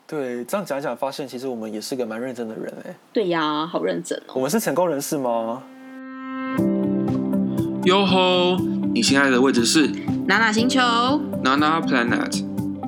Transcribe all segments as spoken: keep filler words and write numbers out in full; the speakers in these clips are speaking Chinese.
对，这样讲一讲，发现其实我们也是个蛮认真的人哎。 对呀，好认真哦。 我们是成功人士吗？ 哟吼！你现在的位置是娜娜星球 Nana Planet。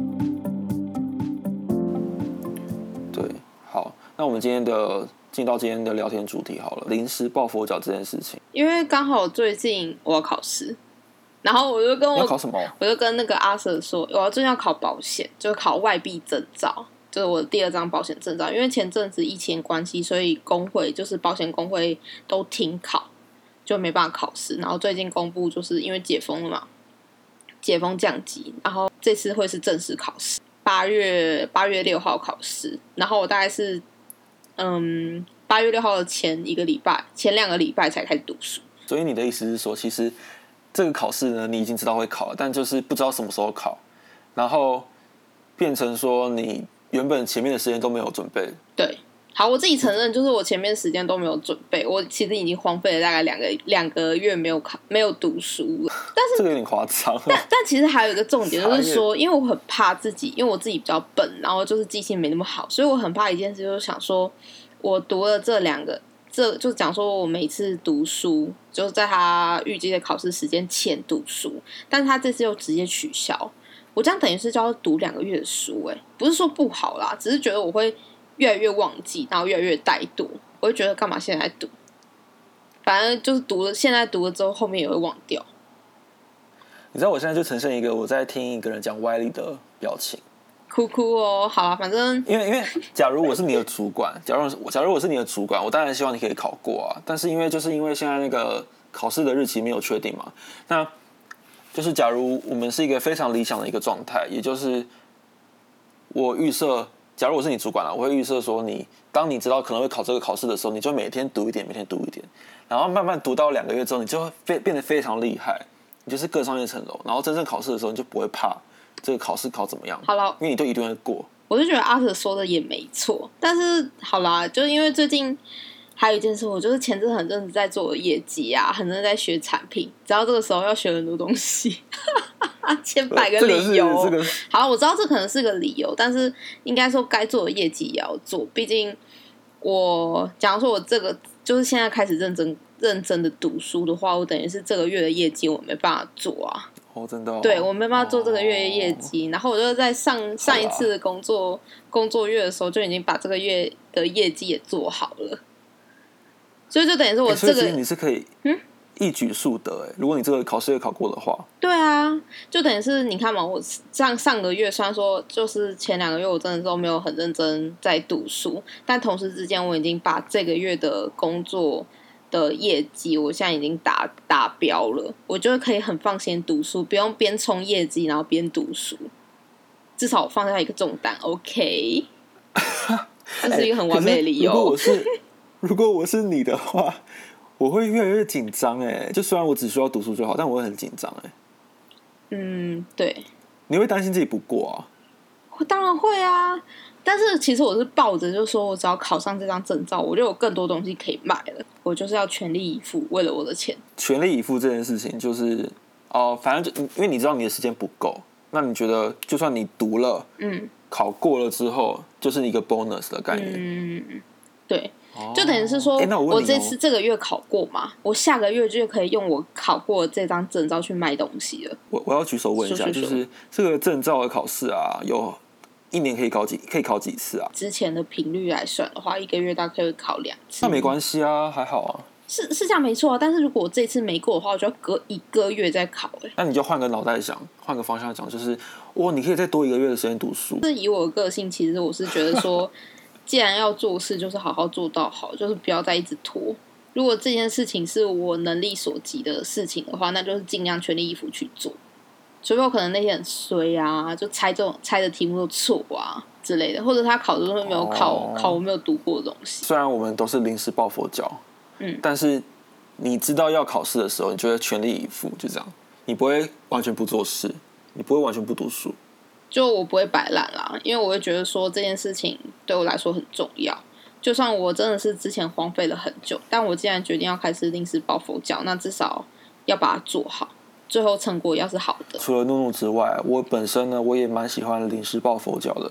对，好，那我们今天的进到今天的聊天主题好了，临时抱佛脚这件事情。 因为刚好最近我要考试，然后我就跟我你要考什么？ 我就跟那个阿 Sir 说，我要最近要考保险，就是考外币证照。就是我的第二张保险证照，因为前阵子疫情关系，所以工会就是保险工会都停考，就没办法考试。然后最近公布，就是因为解封了嘛，解封降级，然后这次会是正式考试，八月八月六号考试。然后我大概是嗯八月六号的前一个礼拜，前两个礼拜才开始读书。 所以你的意思是说，其实这个考试呢，你已经知道会考了，但就是不知道什么时候考，然后变成说你原本前面的时间都没有准备。 对，好，我自己承认，就是我前面时间都没有准备，我其实已经荒废了大概两个两个月没有考，没有读书了。但是这个有点夸张。 但但其实还有一个重点就是说，因为我很怕自己，因为我自己比较笨，然后就是记性没那么好，所以我很怕一件事，就是想说，我读了这两个，这就讲说我每次读书，就是在他预计的考试时间前读书，但是他这次又直接取消。我这样等于是就要读两个月的书，哎，不是说不好啦，只是觉得我会越来越忘记，然后越来越怠惰，我会觉得干嘛现在读？反正就是读了，现在读了之后，后面也会忘掉。 你知道我现在就呈现一个我在听一个人讲歪理的表情， 哭哭哦，好啦，反正因为因为假如我是你的主管，假如假如我是你的主管，我当然希望你可以考过啊，但是因为就是因为现在那个考试的日期没有确定嘛，那。就是假如我们是一个非常理想的一个状态，也就是我预设，假如我是你主管了，我会预设说你，当你知道可能会考这个考试的时候，你就每天读一点，每天读一点，然后慢慢读到两个月之后，你就会变得非常厉害，你就是更上一层楼，然后真正考试的时候，你就不会怕这个考试考怎么样， 好了， 因为你都一定会过。 我就觉得阿 Sir 说的也没错，但是好啦，就是因为最近。还有一件事，我就是前阵很认真在做我的业绩啊，很认真在学产品，只要这个时候要学很多东西，千百个理由。 这个这个、 好，我知道这可能是个理由，但是应该说该做的业绩也要做。毕竟我假如说我这个就是现在开始认真认真的读书的话，我等于是这个月的业绩我没办法做啊。 哦，真的、哦。 对，我没办法做这个月的业绩，哦、然后我就在上上一次的工作工作月的时候就已经把这个月的业绩也做好了。所以就等于是我这个， 欸、所以其实你是可以一举数得哎、欸。如果你这个考试也考过的话， 对啊，就等于是你看嘛，我上上个月虽然说就是前两个月我真的都没有很认真在读书，但同时之间我已经把这个月的工作的业绩，我现在已经达达标了，我就可以很放心读书，不用边冲业绩然后边读书，至少我放下一个重担 ，OK， 这是一个很完美的理由。 欸、如果我是如果我是你的话，我会越来越紧张哎。就虽然我只需要读书就好，但我会很紧张哎。 嗯，对。 你会担心自己不过啊？ 我当然会啊，但是其实我是抱着，就是说我只要考上这张证照，我就有更多东西可以卖了。我就是要全力以赴，为了我的钱。 全力以赴这件事情，就是哦、呃，反正就因为你知道你的时间不够，那你觉得就算你读了，嗯，考过了之后，就是一个 bonus 的概念。 嗯。对，就等于是说， 欸我, 我这次这个月考过嘛，我下个月就可以用我考过的这张证照去卖东西了。 我我要举手问一下，说说说就是这个证照的考试啊，有一年可以考几可以考几次啊？ 之前的频率来算的话，一个月大概会考两次。 那没关系啊，还好啊。 是是这样没错啊，但是如果我这次没过的话，我就要隔一个月再考、欸。 那你就换个脑袋想，换个方向讲，就是哇，你可以再多一个月的时间读书。 是以我的个性，其实我是觉得说。既然要做事，就是好好做到好，就是不要再一直拖。如果这件事情是我能力所及的事情的话，那就是尽量全力以赴去做。除非我可能那些很衰啊，就猜这种猜的题目都错啊之类的，或者他考的时候没有考、哦、考我没有读过的东西。 虽然我们都是临时抱佛脚，嗯，但是你知道要考试的时候，你就会全力以赴，就这样，你不会完全不做事，你不会完全不读书。 就我不会摆烂啦，因为我会觉得说这件事情对我来说很重要。就算我真的是之前荒废了很久，但我既然决定要开始临时抱佛脚，那至少要把它做好，最后成果要是好的。 除了怒怒之外，我本身呢，我也蛮喜欢临时抱佛脚的。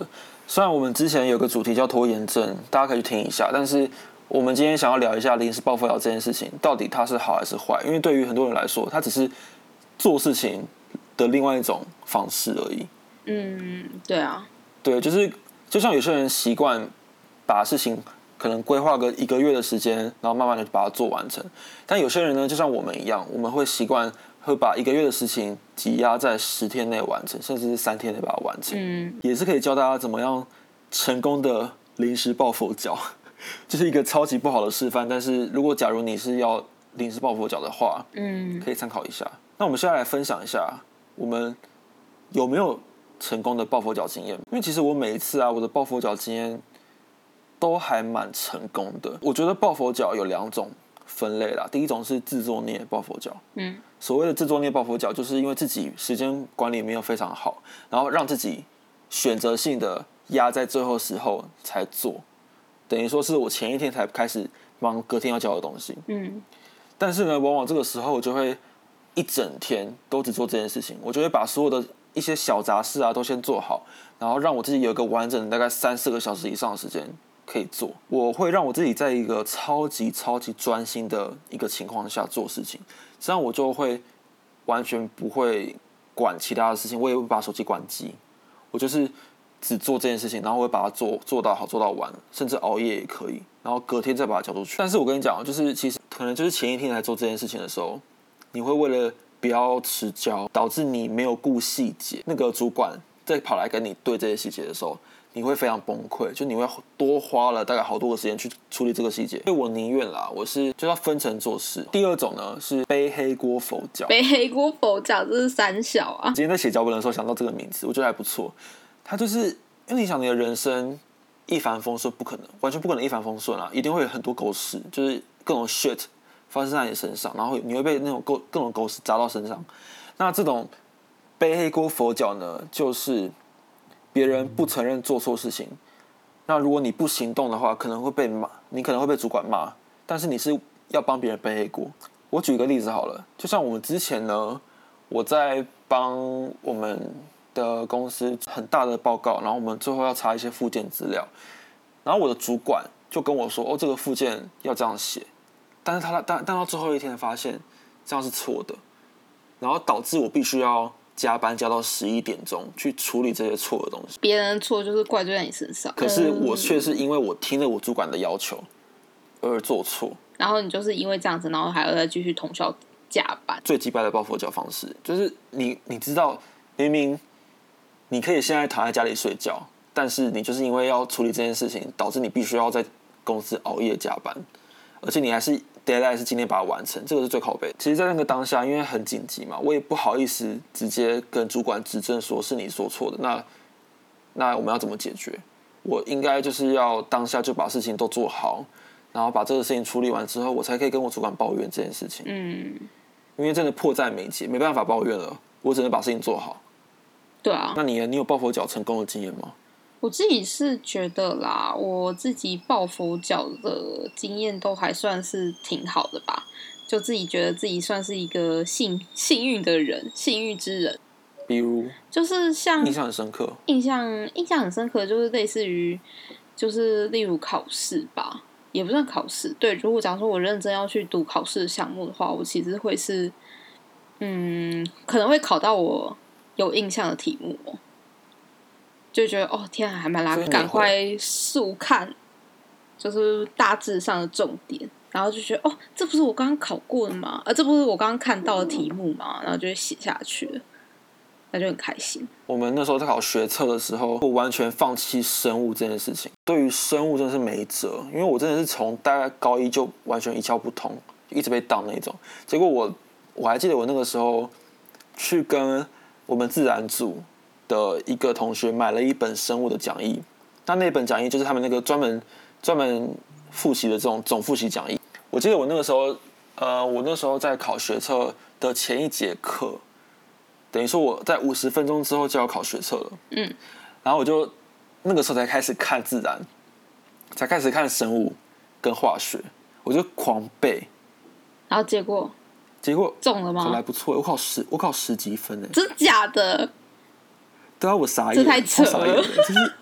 虽然我们之前有个主题叫拖延症，大家可以去听一下，但是我们今天想要聊一下临时抱佛脚这件事情，到底它是好还是坏？因为对于很多人来说，它只是做事情的另外一种方式而已。 嗯，对啊， 对，就是就像有些人习惯把事情可能规划个一个月的时间，然后慢慢的把它做完成。但有些人呢，就像我们一样，我们会习惯会把一个月的事情挤压在十天内完成，甚至是三天内把它完成。 嗯， 也是可以教大家怎么样成功的临时抱佛脚。就是一个超级不好的示范，但是如果假如你是要临时抱佛脚的话， 嗯， 可以参考一下。那我们现在来分享一下，我们有没有成功的抱佛脚经验？因为其实我每一次啊，我的抱佛脚经验都还蛮成功的。我觉得抱佛脚有两种分类啦，第一种是自作孽抱佛脚， 嗯， 所谓的自作孽抱佛脚，就是因为自己时间管理没有非常好，然后让自己选择性的压在最后时候才做。等于说是我前一天才开始忙隔天要交的东西， 嗯， 但是呢，往往这个时候我就会一整天都只做这件事情，我就会把所有的一些小杂事啊都先做好，然后让我自己有一个完整的大概三四个小时以上的时间可以做。我会让我自己在一个超级超级专心的一个情况下做事情，这样我就会完全不会管其他的事情，我也会把手机关机，我就是只做这件事情，然后我会把它做做到好，做到完，甚至熬夜也可以，然后隔天再把它交出去。但是我跟你讲，就是其实可能就是前一天来做这件事情的时候，你会为了不要迟交，导致你没有顾细节，那个主管再跑来跟你对这些细节的时候，你会非常崩溃，就你会多花了大概好多个时间去处理这个细节。所以我宁愿啦，我是就要分层做事。第二种呢是背黑锅佛脚， 背黑锅佛脚，这是三小啊。 今天在写脚本的时候想到这个名字，我觉得还不错。它就是因为你想你的人生一帆风顺不可能，完全不可能一帆风顺啊，一定会有很多狗屎，就是各种 shit 发生在你身上，然后你会被那种各各种狗屎砸到身上。那这种背黑锅佛脚呢，就是别人不承认做错事情，那如果你不行动的话，可能会被骂，你可能会被主管骂，但是你是要帮别人背黑锅。我举一个例子好了，就像我们之前呢，我在帮我们的公司很大的报告，然后我们最后要查一些附件资料，然后我的主管就跟我说：“哦，这个附件要这样写。”但是他但但到最后一天发现这样是错的，然后导致我必须要加班加到十一点钟去处理这些错的东西。 别人的错就是怪罪在你身上， 可是我却是因为我听了我主管的要求而做错， 然后你就是因为这样子，然后还要再继续通宵加班。 最击败的抱佛脚方式就是你你知道明明你可以现在躺在家里睡觉，但是你就是因为要处理这件事情，导致你必须要在公司熬夜加班，而且你还是 deadline 是今天把它完成，这个是最靠北。其实，在那个当下，因为很紧急嘛，我也不好意思直接跟主管指正说是你说错的。那那我们要怎么解决？我应该就是要当下就把事情都做好，然后把这个事情处理完之后，我才可以跟我主管抱怨这件事情。 嗯， 因为真的迫在眉睫，没办法抱怨了，我只能把事情做好。 对啊。 那你呢？你有抱佛脚成功的经验吗？ 我自己是觉得啦，我自己抱佛脚的经验都还算是挺好的吧，就自己觉得自己算是一个幸幸运的人，幸运之人。 比如， 就是像印象很深刻， 印象印象很深刻，就是类似于，就是例如考试吧，也不算考试。对，如果假如说我认真要去读考试的项目的话，我其实会是，嗯，可能会考到我有印象的题目哦，就觉得哦天啊，还蛮拉，赶快速看，就是大致上的重点，然后就觉得哦，这不是我刚刚考过的吗？啊，这不是我刚刚看到的题目吗？然后就会写下去了。那就很开心。 我们那时候在考学测的时候，我完全放弃生物这件事情。对于生物真的是没辙，因为我真的是从大概高一就完全一窍不通，一直被当那种。结果我我还记得我那个时候去跟我们自然组的一个同学买了一本生物的讲义，那那本讲义就是他们那个专门专门复习的这种总复习讲义。我记得我那个时候，呃，我那时候在考学测的前一节课。等于说我在五十分钟之后就要考学测了， 嗯， 然后我就那个时候才开始看自然，才开始看生物跟化学，我就狂背， 然后结果结果中了吗？ 考得还不错，我考十我考十几分哎， 真假的？ 对啊，我傻眼， 这太扯了， 就是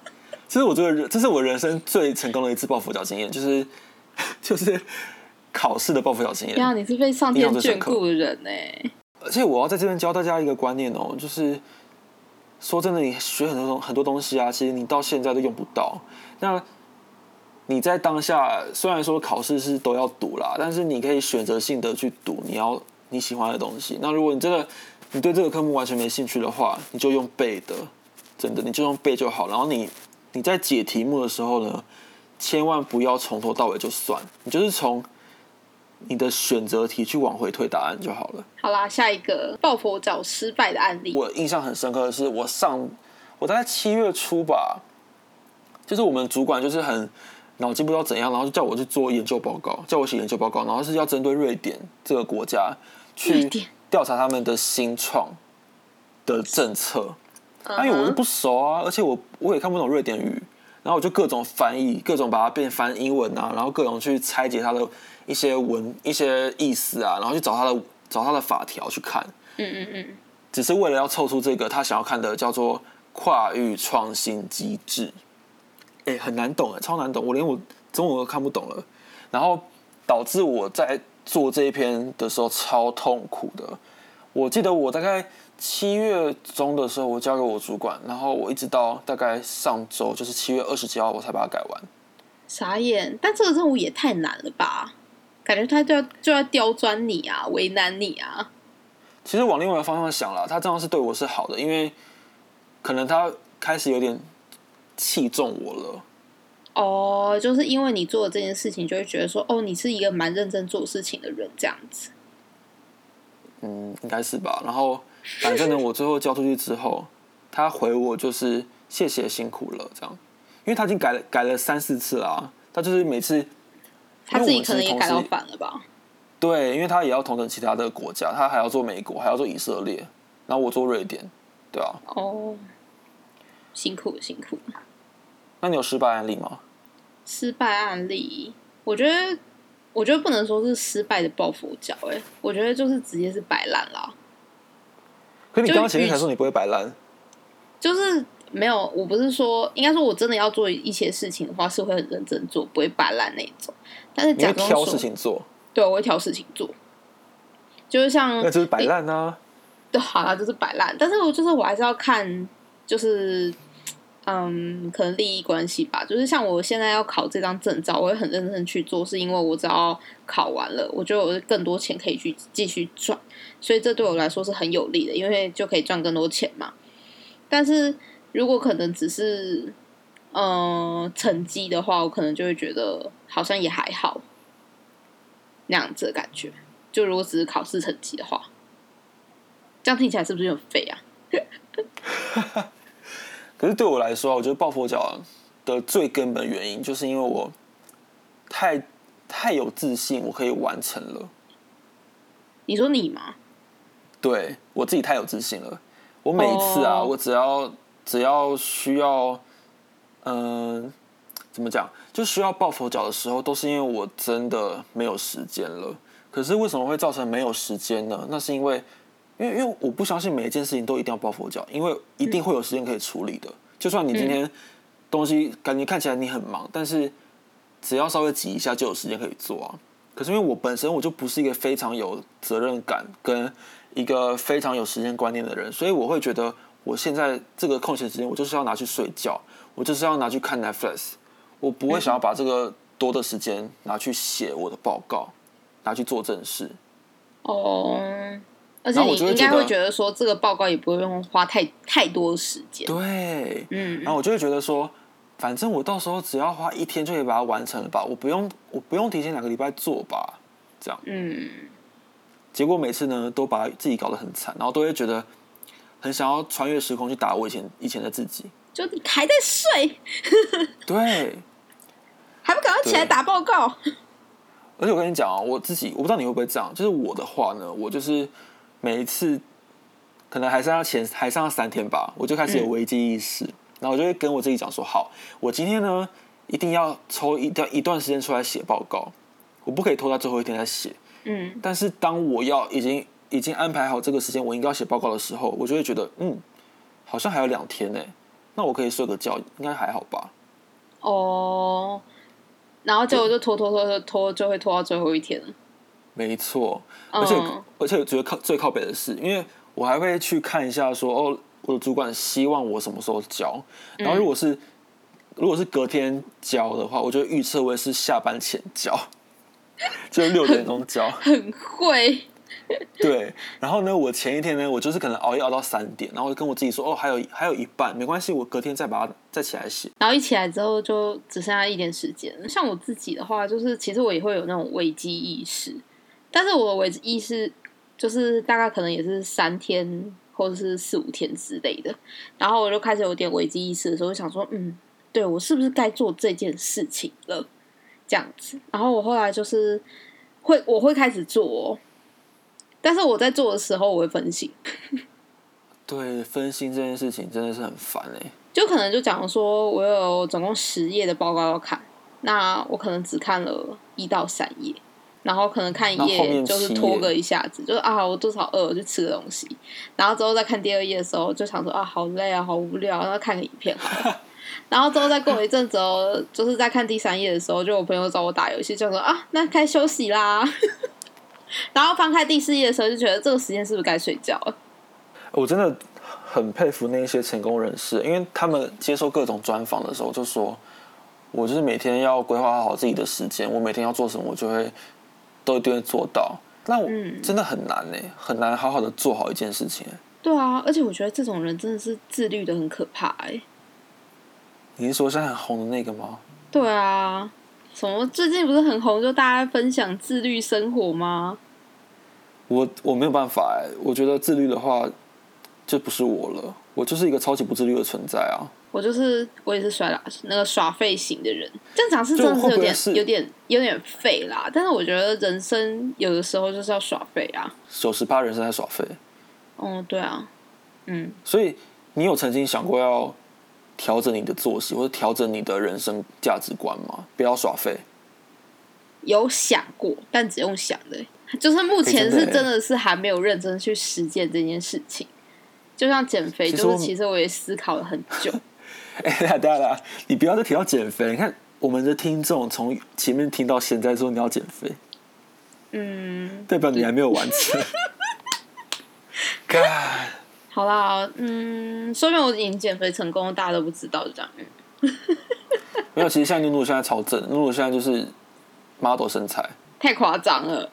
这是我觉得这是我人生最成功的一次抱佛脚经验，就是就是考试的抱佛脚经验。 对啊，你是被上天眷顾的人呢、欸。 而且我要在这边教大家一个观念哦，就是说真的，你学很多很多东西啊，其实你到现在都用不到。那你在当下虽然说考试是都要读啦，但是你可以选择性的去读你要你喜欢的东西。那如果你真的你对这个科目完全没兴趣的话，你就用背的，真的你就用背就好。然后你你在解题目的时候呢，千万不要从头到尾就算，你就是从你的选择题去往回推答案就好了。 好啦，下一个抱佛脚失败的案例。 我印象很深刻的是，我上我大概七月初吧，就是我们主管就是很脑筋不知道怎样，然后就叫我去做研究报告，叫我写研究报告，然后是要针对瑞典这个国家去调查他们的新创的政策。因为我是不熟啊，而且我我也看不懂瑞典语，然后我就各种翻译，各种把它变翻英文啊，然后各种去拆解它的一些文一些意思啊，然后去找它的找它的法条去看。 嗯嗯嗯。 只是为了要凑出这个他想要看的叫做跨域创新机制。哎、欸，很难懂哎，超难懂，我连我中文都看不懂了，然后导致我在做这一篇的时候超痛苦的。我记得我大概七月中的时候，我交给我主管，然后我一直到大概上周，就是七月二十几号，我才把它改完。 傻眼！但这个任务也太难了吧？感觉他就要就要刁钻你啊，为难你啊。 其实往另外一个方向想啦，他这样是对我是好的，因为可能他开始有点器重我了。 哦，就是因为你做的这件事情，就会觉得说，哦，你是一个蛮认真做事情的人，这样子。 嗯，应该是吧。然后反正呢，我最后交出去之后，他回我就是谢谢辛苦了这样，因为他已经改了改了三四次啦，他就是每次他自己可能也改到烦了吧。 对，因为他也要同等其他的国家，他还要做美国，还要做以色列，然后我做瑞典，对啊。 哦，辛苦辛苦。 那你有失败案例吗？ 失败案例，我觉得，我觉得不能说是失败的抱佛脚，哎，我觉得就是直接是摆烂啦。 可你刚刚前面才说你不会摆烂， 就是没有，我不是说，应该说我真的要做一些事情的话，是会很认真做，不会摆烂那种。但是假装你会挑事情做， 对，我会挑事情做，就是像那就是摆烂啊。 对，好啦，就是摆烂。但是我就是我还是要看，就是嗯，可能利益关系吧。就是像我现在要考这张证照，我会很认真去做，是因为我只要考完了，我就有更多钱可以去继续赚，所以这对我来说是很有利的，因为就可以赚更多钱嘛。但是如果可能只是嗯、呃、成绩的话，我可能就会觉得好像也还好那样子的感觉。就如果只是考试成绩的话，这样听起来是不是很废啊？ 可是对我来说，我觉得抱佛脚的最根本原因，就是因为我太太有自信，我可以完成了。 你说你吗？ 对，我自己太有自信了。我每一次啊， oh. 我只要只要需要，嗯、呃，怎么讲，就需要抱佛脚的时候，都是因为我真的没有时间了。可是为什么会造成没有时间呢？那是因为。因为因为我不相信每一件事情都一定要抱佛脚，因为一定会有时间可以处理的。就算你今天东西感觉看起来你很忙，但是只要稍微挤一下就有时间可以做啊。可是因为我本身我就不是一个非常有责任感跟一个非常有时间观念的人，所以我会觉得我现在这个空闲时间我就是要拿去睡觉，我就是要拿去看 Netflix， 我不会想要把这个多的时间拿去写我的报告，拿去做正事。 哦。而且你应该会觉得说，这个报告也不会用花太太多时间。 对， 嗯， 然后我就会觉得说，反正我到时候只要花一天就可以把它完成了吧，我不用我不用提前两个礼拜做吧，这样。 嗯。 结果每次呢，都把自己搞得很惨，然后都会觉得很想要穿越时空去打我以前以前的自己。 就你还在睡。 对。 还不赶快起来打报告？ 而且我跟你讲啊，我自己我不知道你会不会这样，就是我的话呢，我就是。每一次可能还剩下前还剩下三天吧，我就开始有危机意识，嗯、然后我就会跟我自己讲说：好，我今天呢一定要抽一段一段时间出来写报告，我不可以拖到最后一天再写。 嗯， 但是当我要已经已经安排好这个时间，我应该要写报告的时候，我就会觉得，嗯，好像还有两天呢，那我可以睡个觉，应该还好吧？ 哦，然后结果就拖拖拖拖拖，就会拖到最后一天了。 没错，而且、嗯、而且我觉得靠最靠北的是，因为我还会去看一下说，哦，我的主管希望我什么时候交，然后如果是、嗯、如果是隔天交的话，我就预测为是下班前交，就六点钟交， 很会。 对，然后呢，我前一天呢，我就是可能熬夜熬到三点，然后跟我自己说，哦，还有还有一半，没关系，我隔天再把它再起来写。 然后一起来之后，就只剩下一点时间。像我自己的话，就是其实我也会有那种危机意识，但是我的危机意识就是大概可能也是三天或者是四五天之类的。然后我就开始有点危机意识的时候，就想说，嗯，对我是不是该做这件事情了？这样子。然后我后来就是会，我会开始做哦。但是我在做的时候，我会分心。 对，分心这件事情真的是很烦哎、欸。 就可能就讲说，我有总共十页的报告要看，那我可能只看了一到三页，然后可能看一页就是拖个一下子，就是啊，我肚子好饿，我就吃个东西。然后之后再看第二页的时候，就想说啊，好累啊，好无聊，然后看个影片好了。然后之后再过一阵子哦，就是在看第三页的时候，就我朋友找我打游戏，就说啊，那该休息啦。然后翻开第四页的时候，就觉得这个时间是不是该睡觉了？ 我真的很佩服那些成功人士，因为他们接受各种专访的时候就说，我就是每天要规划好自己的时间，我每天要做什么，我就会都一定会做到。那我真的很难哎、欸，很难好好的做好一件事情、欸。 对啊，而且我觉得这种人真的是自律的很可怕哎、欸。 你是说现在很红的那个吗？ 对啊。什么？最近不是很红，就大家分享自律生活吗？ 我我没有办法哎、欸，我觉得自律的话，就不是我了。我就是一个超级不自律的存在啊。 我就是我也是耍那个耍废型的人，这样讲是真的是有点会会有点有点废啦。但是我觉得人生有的时候就是要耍废啊。 九十趴人生在耍废。 哦，对啊，嗯。 所以你有曾经想过要调整你的作息，或者调整你的人生价值观吗？不要耍废。 有想过，但只用想的、欸，就是目前是真的是还没有认真去实践这件事情。就像减肥，就是其实我也思考了很久。 哎、欸，等下等下，你不要再提到减肥。你看我们的听众从前面听到现在说你要减肥， 嗯， 代表你还没有完成。God 好啦，嗯，说明我已经减肥成功，大家都不知道，就这样。 没有，其实像露露现在超正，露露现在就是 model 身材， 太夸张了。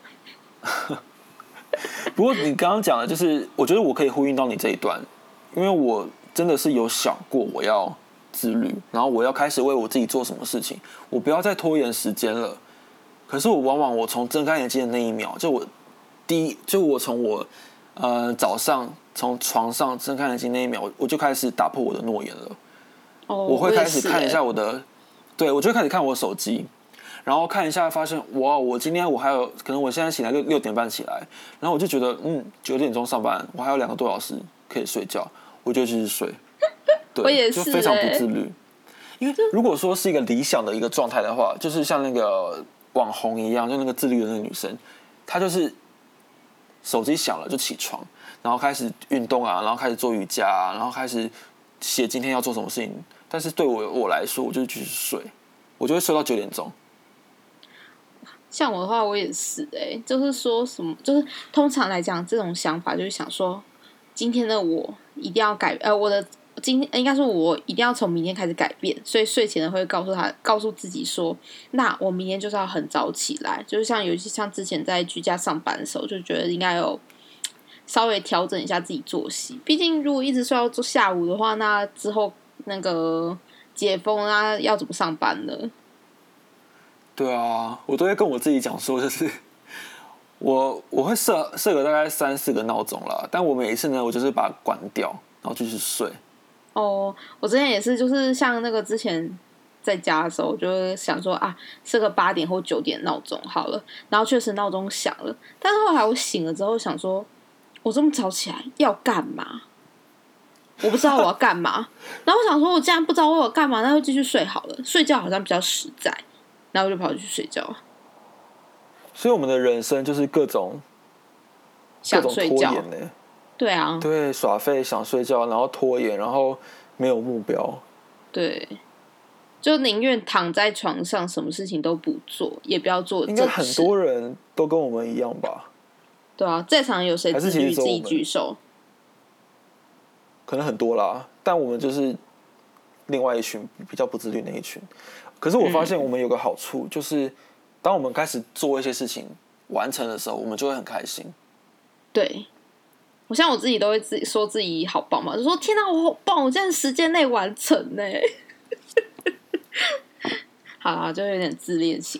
不过你刚刚讲的，就是我觉得我可以呼应到你这一段，因为我真的是有想过我要自律，然后我要开始为我自己做什么事情，我不要再拖延时间了。可是我往往我从睁开眼睛的那一秒，就我第一，就我从我呃早上从床上睁开眼睛那一秒，我就开始打破我的诺言了。 哦， 我会开始看一下我的，对我就会开始看我的手机。然后看一下，发现哇，我今天我还有可能我现在起来六六点半起来，然后我就觉得嗯九点钟上班，我还有两个多小时可以睡觉，我就继续睡。对， 我也是、欸， 就非常不自律。因为如果说是一个理想的一个状态的话，就是像那个网红一样，就那个自律的那个女生，她就是手机响了就起床，然后开始运动啊，然后开始做瑜伽啊，然后开始写今天要做什么事情。但是对我我来说，我就继续睡，我就会睡到九点钟。 像我的话，我也是哎、欸，就是说什么，就是通常来讲，这种想法就是想说，今天的我一定要改，呃，我的今天应该说，我一定要从明天开始改变，所以睡前呢会告诉他，告诉自己说，那我明天就是要很早起来，就是像尤其像之前在居家上班的时候，就觉得应该有稍微调整一下自己作息，毕竟如果一直睡到做下午的话，那之后那个解封啊，要怎么上班呢？ 对啊，我都会跟我自己讲说，就是我我会设设个大概三四个闹钟啦，但我每一次呢，我就是把它关掉，然后继续睡。 哦，我之前也是，就是像那个之前在家的时候，我就想说啊，设个八点或九点闹钟好了，然后确实闹钟响了，但是后来我醒了之后想说，我这么早起来要干嘛？我不知道我要干嘛，然后我想说，我既然不知道我要干嘛，那就继续睡好了，睡觉好像比较实在。然后我就跑去睡觉。 所以我们的人生就是各种各种拖延呢、欸。 对啊， 对，耍废想睡觉，然后拖延，然后没有目标。 对， 就宁愿躺在床上，什么事情都不做，也不要做。 应该很多人都跟我们一样吧？ 对啊，在场有谁自律？自己举手。 可能很多啦，但我们就是另外一群比较不自律那一群。可是我发现我们有个好处，嗯、就是当我们开始做一些事情完成的时候，我们就会很开心。 对，我像我自己都会自己说自己好棒嘛，就说天哪，我好棒，我这样时间内完成呢。好啦，就有点自恋型。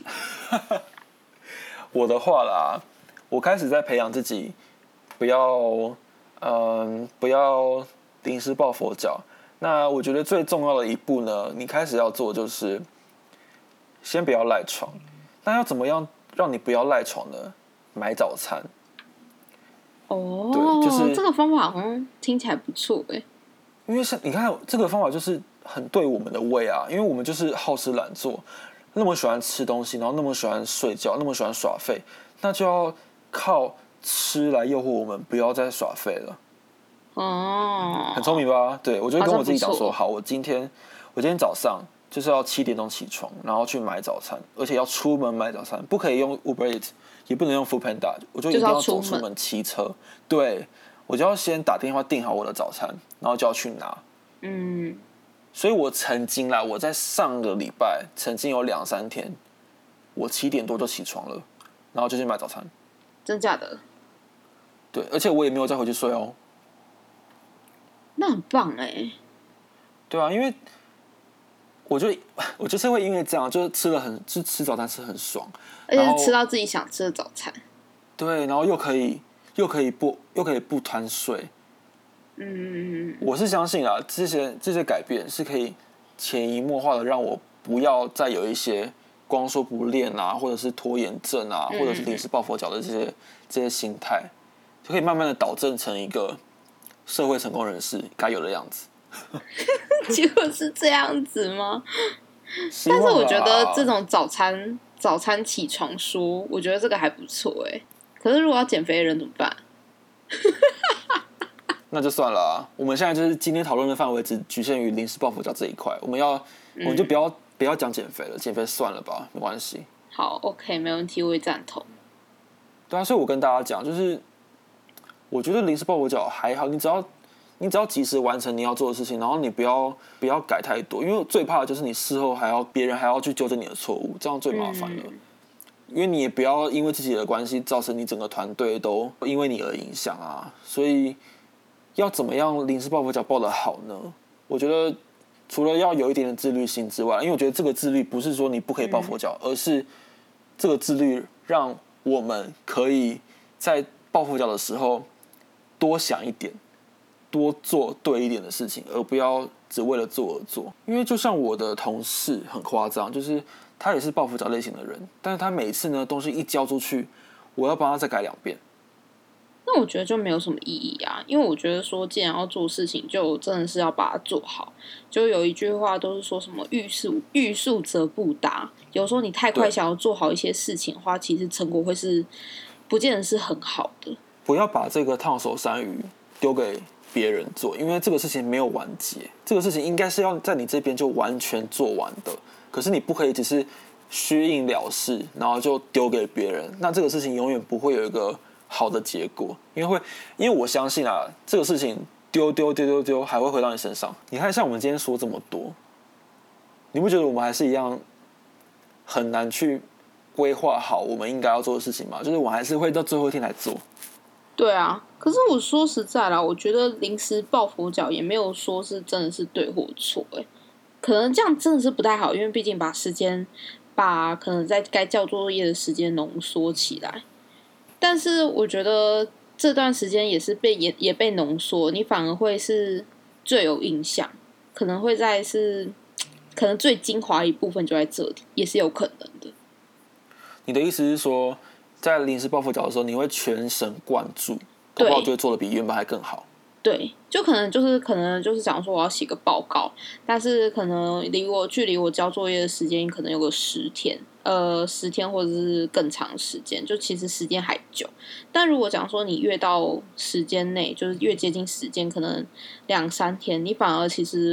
我的话啦，我开始在培养自己，不要，嗯，不要临时抱佛脚。那我觉得最重要的一步呢，你开始要做就是先不要赖床。那要怎么样让你不要赖床呢？买早餐。 哦，对，就是这个方法好像听起来不错哎。 因为像你看，这个方法就是很对我们的胃啊，因为我们就是好吃懒做，那么喜欢吃东西，然后那么喜欢睡觉，那么喜欢耍废，那就要靠吃来诱惑我们不要再耍废了。 哦， 很聪明吧？对，我就会跟我自己讲说，好，我今天我今天早上就是要七点钟起床，然后去买早餐，而且要出门买早餐，不可以用 Uber Eats， 也不能用 Foodpanda， 我就一定要走出门骑车。对，我就要先打电话订好我的早餐，然后就要去拿。嗯，所以我曾经啦，我在上个礼拜曾经有两三天，我七点多就起床了，然后就去买早餐。 真假的？ 对，而且我也没有再回去睡哦。 那很棒哎、欸。 对啊，因为我就我就是会因为这样，就是吃了很，就吃早餐吃很爽， 而且是吃到自己想吃的早餐。 对，然后又可以又可以不又可以不贪睡。嗯，我是相信啊，这些这些改变是可以潜移默化的让我不要再有一些光说不练啊，或者是拖延症啊，嗯、或者是临时抱佛脚的这些这些心态，就可以慢慢的导正成一个社会成功人士该有的样子。 结果是这样子吗？但是我觉得这种早餐早餐起床说，我觉得这个还不错哎。可是如果要减肥的人怎么办？ 那就算了啊！我们现在就是今天讨论的范围只局限于临时抱佛脚这一块，我们要、嗯、我们就不要不要讲减肥了，减肥算了吧，没关系。 好 ，OK， 没问题，我也赞同。 对啊，所以我跟大家讲，就是我觉得临时抱佛脚还好，你只要你只要及时完成你要做的事情，然后你不要不要改太多，因为最怕的就是你事后还要别人还要去纠正你的错误，这样最麻烦了。嗯、因为你也不要因为自己的关系造成你整个团队都因为你而影响啊，所以。要怎么样临时抱佛脚抱得好呢？我觉得除了要有一点的自律性之外，因为我觉得这个自律不是说你不可以抱佛脚，嗯、而是这个自律让我们可以在抱佛脚的时候多想一点，多做对一点的事情，而不要只为了做而做。因为就像我的同事很夸张，就是他也是抱佛脚类型的人，但是他每次呢东西一交出去，我要帮他再改两遍。 那我觉得就没有什么意义啊，因为我觉得说，既然要做事情，就真的是要把它做好。就有一句话都是说什么欲速欲速则不达，有时候你太快想要做好一些事情的话，其实成果会是不见得是很好的。 不要把这个烫手山芋丢给别人做，因为这个事情没有完结，这个事情应该是要在你这边就完全做完的。可是你不可以只是虚应了事，然后就丢给别人，那这个事情永远不会有一个好的结果，因为会，因为我相信啊，这个事情丢丢丢丢丢还会回到你身上。你看，像我们今天说这么多，你不觉得我们还是一样很难去规划好我们应该要做的事情吗？就是我还是会到最后一天来做。 对啊，可是我说实在啦，我觉得临时抱佛脚也没有说是真的是对或错，哎，可能这样真的是不太好，因为毕竟把时间，把可能在该交作业的时间浓缩起来。但是我觉得这段时间也是被也也被浓缩，你反而会是最有印象，可能会在是可能最精华一部分就在这里，也是有可能的。 你的意思是说，在临时抱佛脚的时候，你会全神贯注，搞不好就会做得比原本还更好。 对，就可能就是可能就是讲说我要写个报告，但是可能离我距离我交作业的时间可能有个十天。呃，十天或者是更长时间，就其实时间还久。但如果讲说你越到时间内，就是越接近时间，可能两三天，你反而其实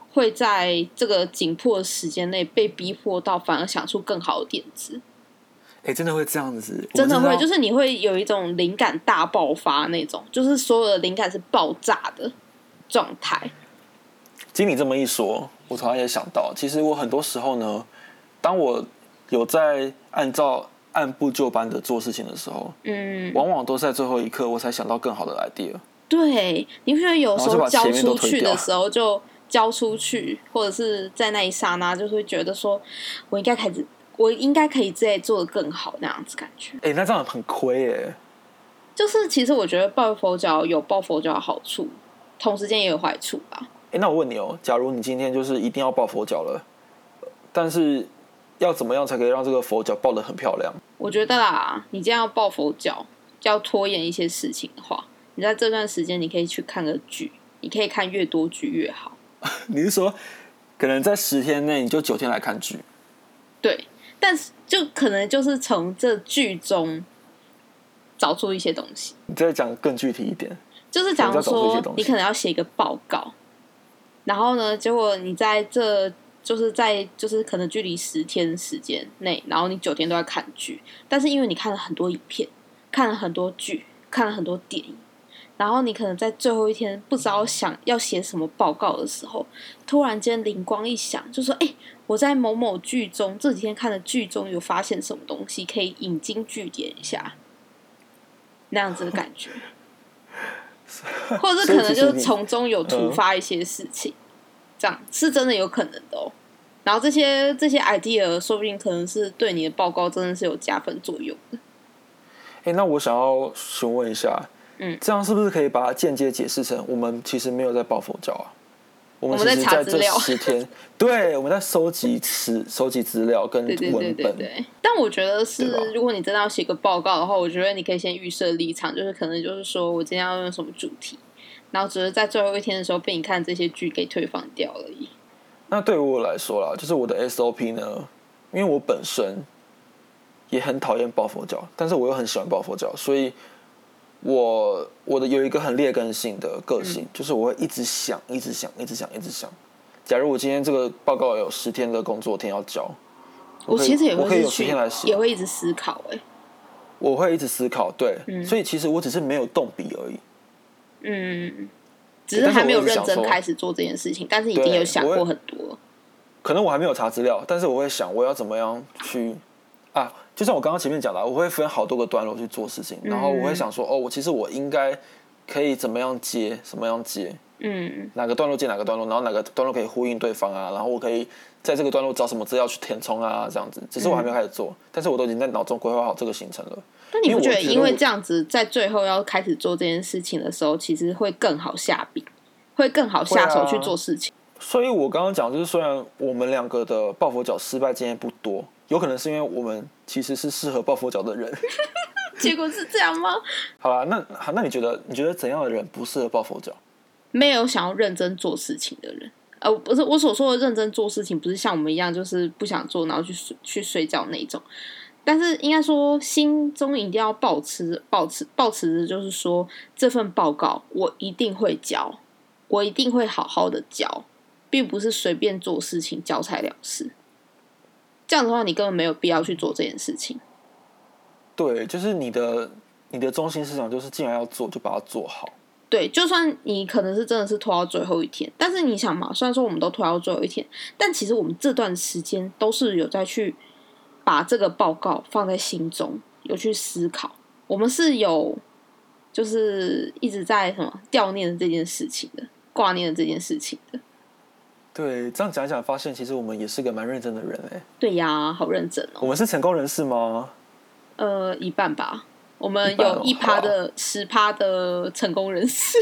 会在这个紧迫的时间内被逼迫到，反而想出更好的点子。 哎、欸，真的会这样子， 真的会，就是你会有一种灵感大爆发那种，就是所有的灵感是爆炸的状态。 经你这么一说，我突然也想到，其实我很多时候呢，当我有在按照按部就班的做事情的时候，嗯，往往都在最后一刻我才想到更好的 idea。 对，你会觉得有时候交出去的时候就交出去，或者是在那一刹那，就会觉得说，我应该开始。我应该可以再做得更好，那样子感觉。 哎、欸，那这样很亏哎。 就是其实我觉得抱佛脚有抱佛脚的好处，同时间也有坏处吧。 哎、欸，那我问你哦，假如你今天就是一定要抱佛脚了，但是要怎么样才可以让这个佛脚抱得很漂亮？ 我觉得啦，你这样要抱佛脚，要拖延一些事情的话，你在这段时间你可以去看个剧，你可以看越多剧越好。 你是说，可能在十天内你就九天来看剧？ 对。但是就可能就是从这剧中找出一些东西。 你再讲更具体一点， 就是假如说你可能要写一个报告，然后呢，结果你在这就是在就是可能距离十天时间内，然后你九天都在看剧，但是因为你看了很多影片，看了很多剧，看了很多电影，然后你可能在最后一天不知道想要写什么报告的时候，突然间灵光一响，就说：“哎、欸，我在某某剧中这几天看的剧中有发现什么东西，可以引经据典一下。”那样子的感觉，或者是可能就是从中有突发一些事情，这样是真的有可能的哦。然后这些这些 idea 说不定可能是对你的报告真的是有加分作用的。 哎、欸，那我想要询问一下。嗯，这样是不是可以把它间接解释成我们其实没有在抱佛脚啊？我们其实在这十天，对，我们在收集词、收集资料跟文本。 对对对对对。但我觉得是，如果你真的要写个报告的话，我觉得你可以先预设立场，就是可能就是说我今天要用什么主题，然后只是在最后一天的时候被你看这些剧给推翻掉而已。 那对于我来说啦，就是我的 S O P 呢，因为我本身也很讨厌抱佛脚，但是我又很喜欢抱佛脚，所以。我我的有一个很劣根性的个性，嗯、就是我会一直想，一直想，一直想，一直想。假如我今天这个报告有十天的工作天要交， 我其实也会我可以有十天来写， 也会一直思考、欸。哎， 我会一直思考，对，嗯、所以其实我只是没有动笔而已。 嗯，只是还没有认真开始做这件事情，但是已经有想过很多。 可能我还没有查资料，但是我会想我要怎么样去啊。就像我刚刚前面讲的，我会分好多个段落去做事情，然后我会想说，哦，我其实我应该可以怎么样接，什么样接，嗯，哪个段落接哪个段落，然后哪个段落可以呼应对方啊，然后我可以在这个段落找什么资料去填充啊，这样子。只是我还没有开始做，嗯、但是我都已经在脑中规划好这个行程了。 那你不觉得因为这样子，在最后要开始做这件事情的时候，其实会更好下笔，会更好下手去做事情？ 啊、所以我刚刚讲就是，虽然我们两个的抱佛脚失败经验不多。有可能是因为我们其实是适合抱佛脚的人， 结果是这样吗？ 好啦，那好，那你觉得你觉得怎样的人不适合抱佛脚？ 没有想要认真做事情的人，呃，不是我所说的认真做事情，不是像我们一样就是不想做，然后去睡去睡觉那种。但是应该说，心中一定要抱持、抱持、抱持的就是说，这份报告我一定会交，我一定会好好的交，并不是随便做事情交差了事。这样的话，你根本没有必要去做这件事情。 对，就是你的你的中心思想就是，既然要做，就把它做好。 对，就算你可能是真的是拖到最后一天，但是你想嘛，虽然说我们都拖到最后一天，但其实我们这段时间都是有在去把这个报告放在心中，有去思考，我们是有就是一直在什么悼念这件事情的，挂念这件事情的。 对，这样讲一讲，发现其实我们也是个蛮认真的人哎。 对呀，好认真哦。 我们是成功人士吗？ 呃，一半吧。我们有一趴的十趴的成功人士。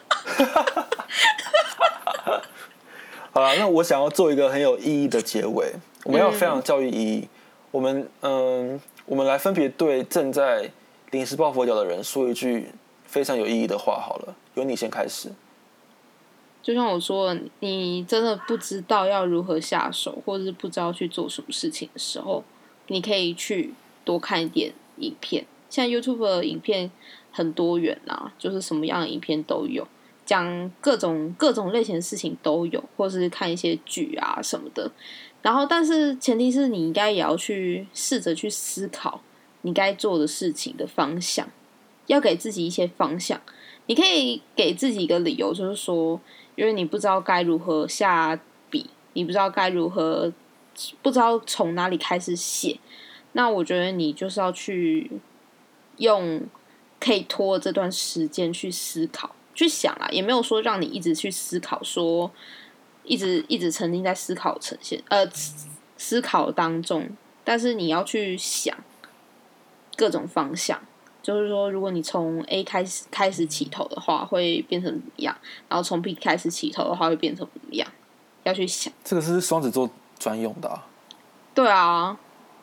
好啦，那我想要做一个很有意义的结尾。我们要非常教育意义。嗯、我们嗯，我们来分别对正在临时抱佛脚的人说一句非常有意义的话。好了，由你先开始。 就像我说，你真的不知道要如何下手，或者是不知道去做什么事情的时候，你可以去多看一点影片。现在 YouTube 的影片很多元啊，就是什么样的影片都有。 讲各种各种类型的事情都有，或是看一些剧啊什么的。然后，但是前提是你应该也要去试着去思考你该做的事情的方向，要给自己一些方向。你可以给自己一个理由，就是说，因为你不知道该如何下笔，你不知道该如何，不知道从哪里开始写。那我觉得你就是要去用可以拖这段时间去思考、去想啦，也没有说让你一直去思考说。一直一直沉浸在思考呈现呃思考当中，但是你要去想各种方向，就是说，如果你从 A 开始开始起头的话，会变成怎么样？然后从 B 开始起头的话，会变成怎么样？要去想。 这个是双子座专用的啊。 对啊。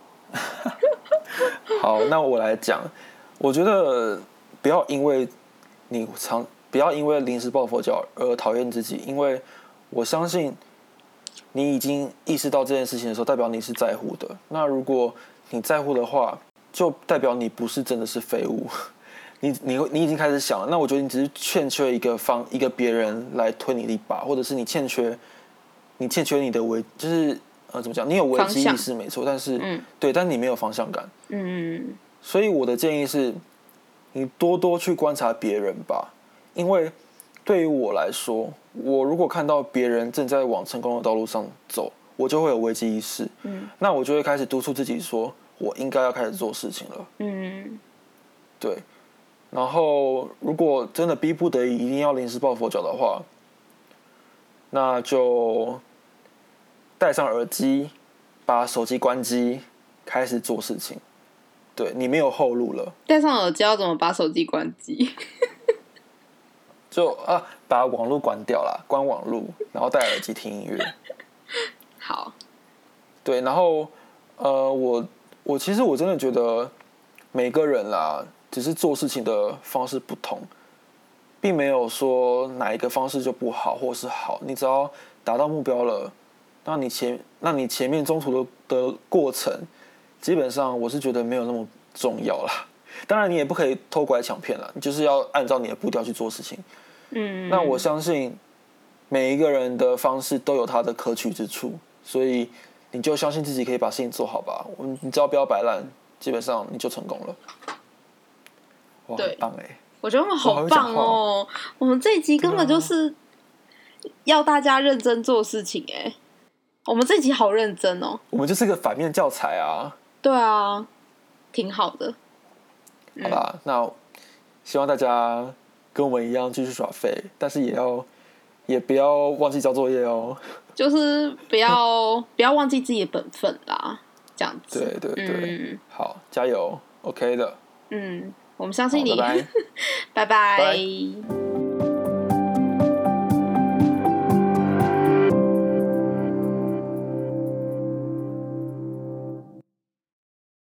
好，那我来讲，我觉得不要因为你常不要因为临时抱佛脚而讨厌自己，因为我相信你已经意识到这件事情的时候，代表你是在乎的。那如果你在乎的话，就代表你不是真的是废物。你你你已经开始想了，那我觉得你只是欠缺一个方一个别人来推你一把，或者是你欠缺你欠缺你的危，就是呃怎么讲？你有危机意识没错，但是、嗯、对，但你没有方向感。嗯，所以我的建议是，你多多去观察别人吧，因为对于我来说。我如果看到别人正在往成功的道路上走，我就会有危机意识。嗯，那我就会开始督促自己说，我应该要开始做事情了。嗯，对。然后，如果真的逼不得已一定要临时抱佛脚的话，那就戴上耳机，把手机关机，开始做事情。对，你没有后路了。 戴上耳机要怎么把手机关机？ 就啊，把网络关掉啦，关网络，然后戴耳机听音乐。 好。 对，然后呃，我我其实我真的觉得每个人啦，只是做事情的方式不同，并没有说哪一个方式就不好或是好。你只要达到目标了，那你前那你前面中途的的过程，基本上我是觉得没有那么重要啦。当然，你也不可以偷拐抢骗啦，你就是要按照你的步调去做事情。嗯，那我相信每一个人的方式都有他的可取之处，所以你就相信自己可以把事情做好吧。你只要不要摆烂，基本上你就成功了。哇，很棒哎！ 我觉得我们好棒哦！我们这一集根本就是要大家认真做事情哎。我们这一集好认真哦。 我们就是个反面教材啊。 对啊，挺好的。 好啦，嗯、那希望大家跟我们一样继续耍废，但是也要也不要忘记交作业哦。 就是不要不要忘记自己的本分啦，这样子。 对对对，嗯、好，加油 ，OK 的。 嗯，我们相信你。 拜拜， 拜拜。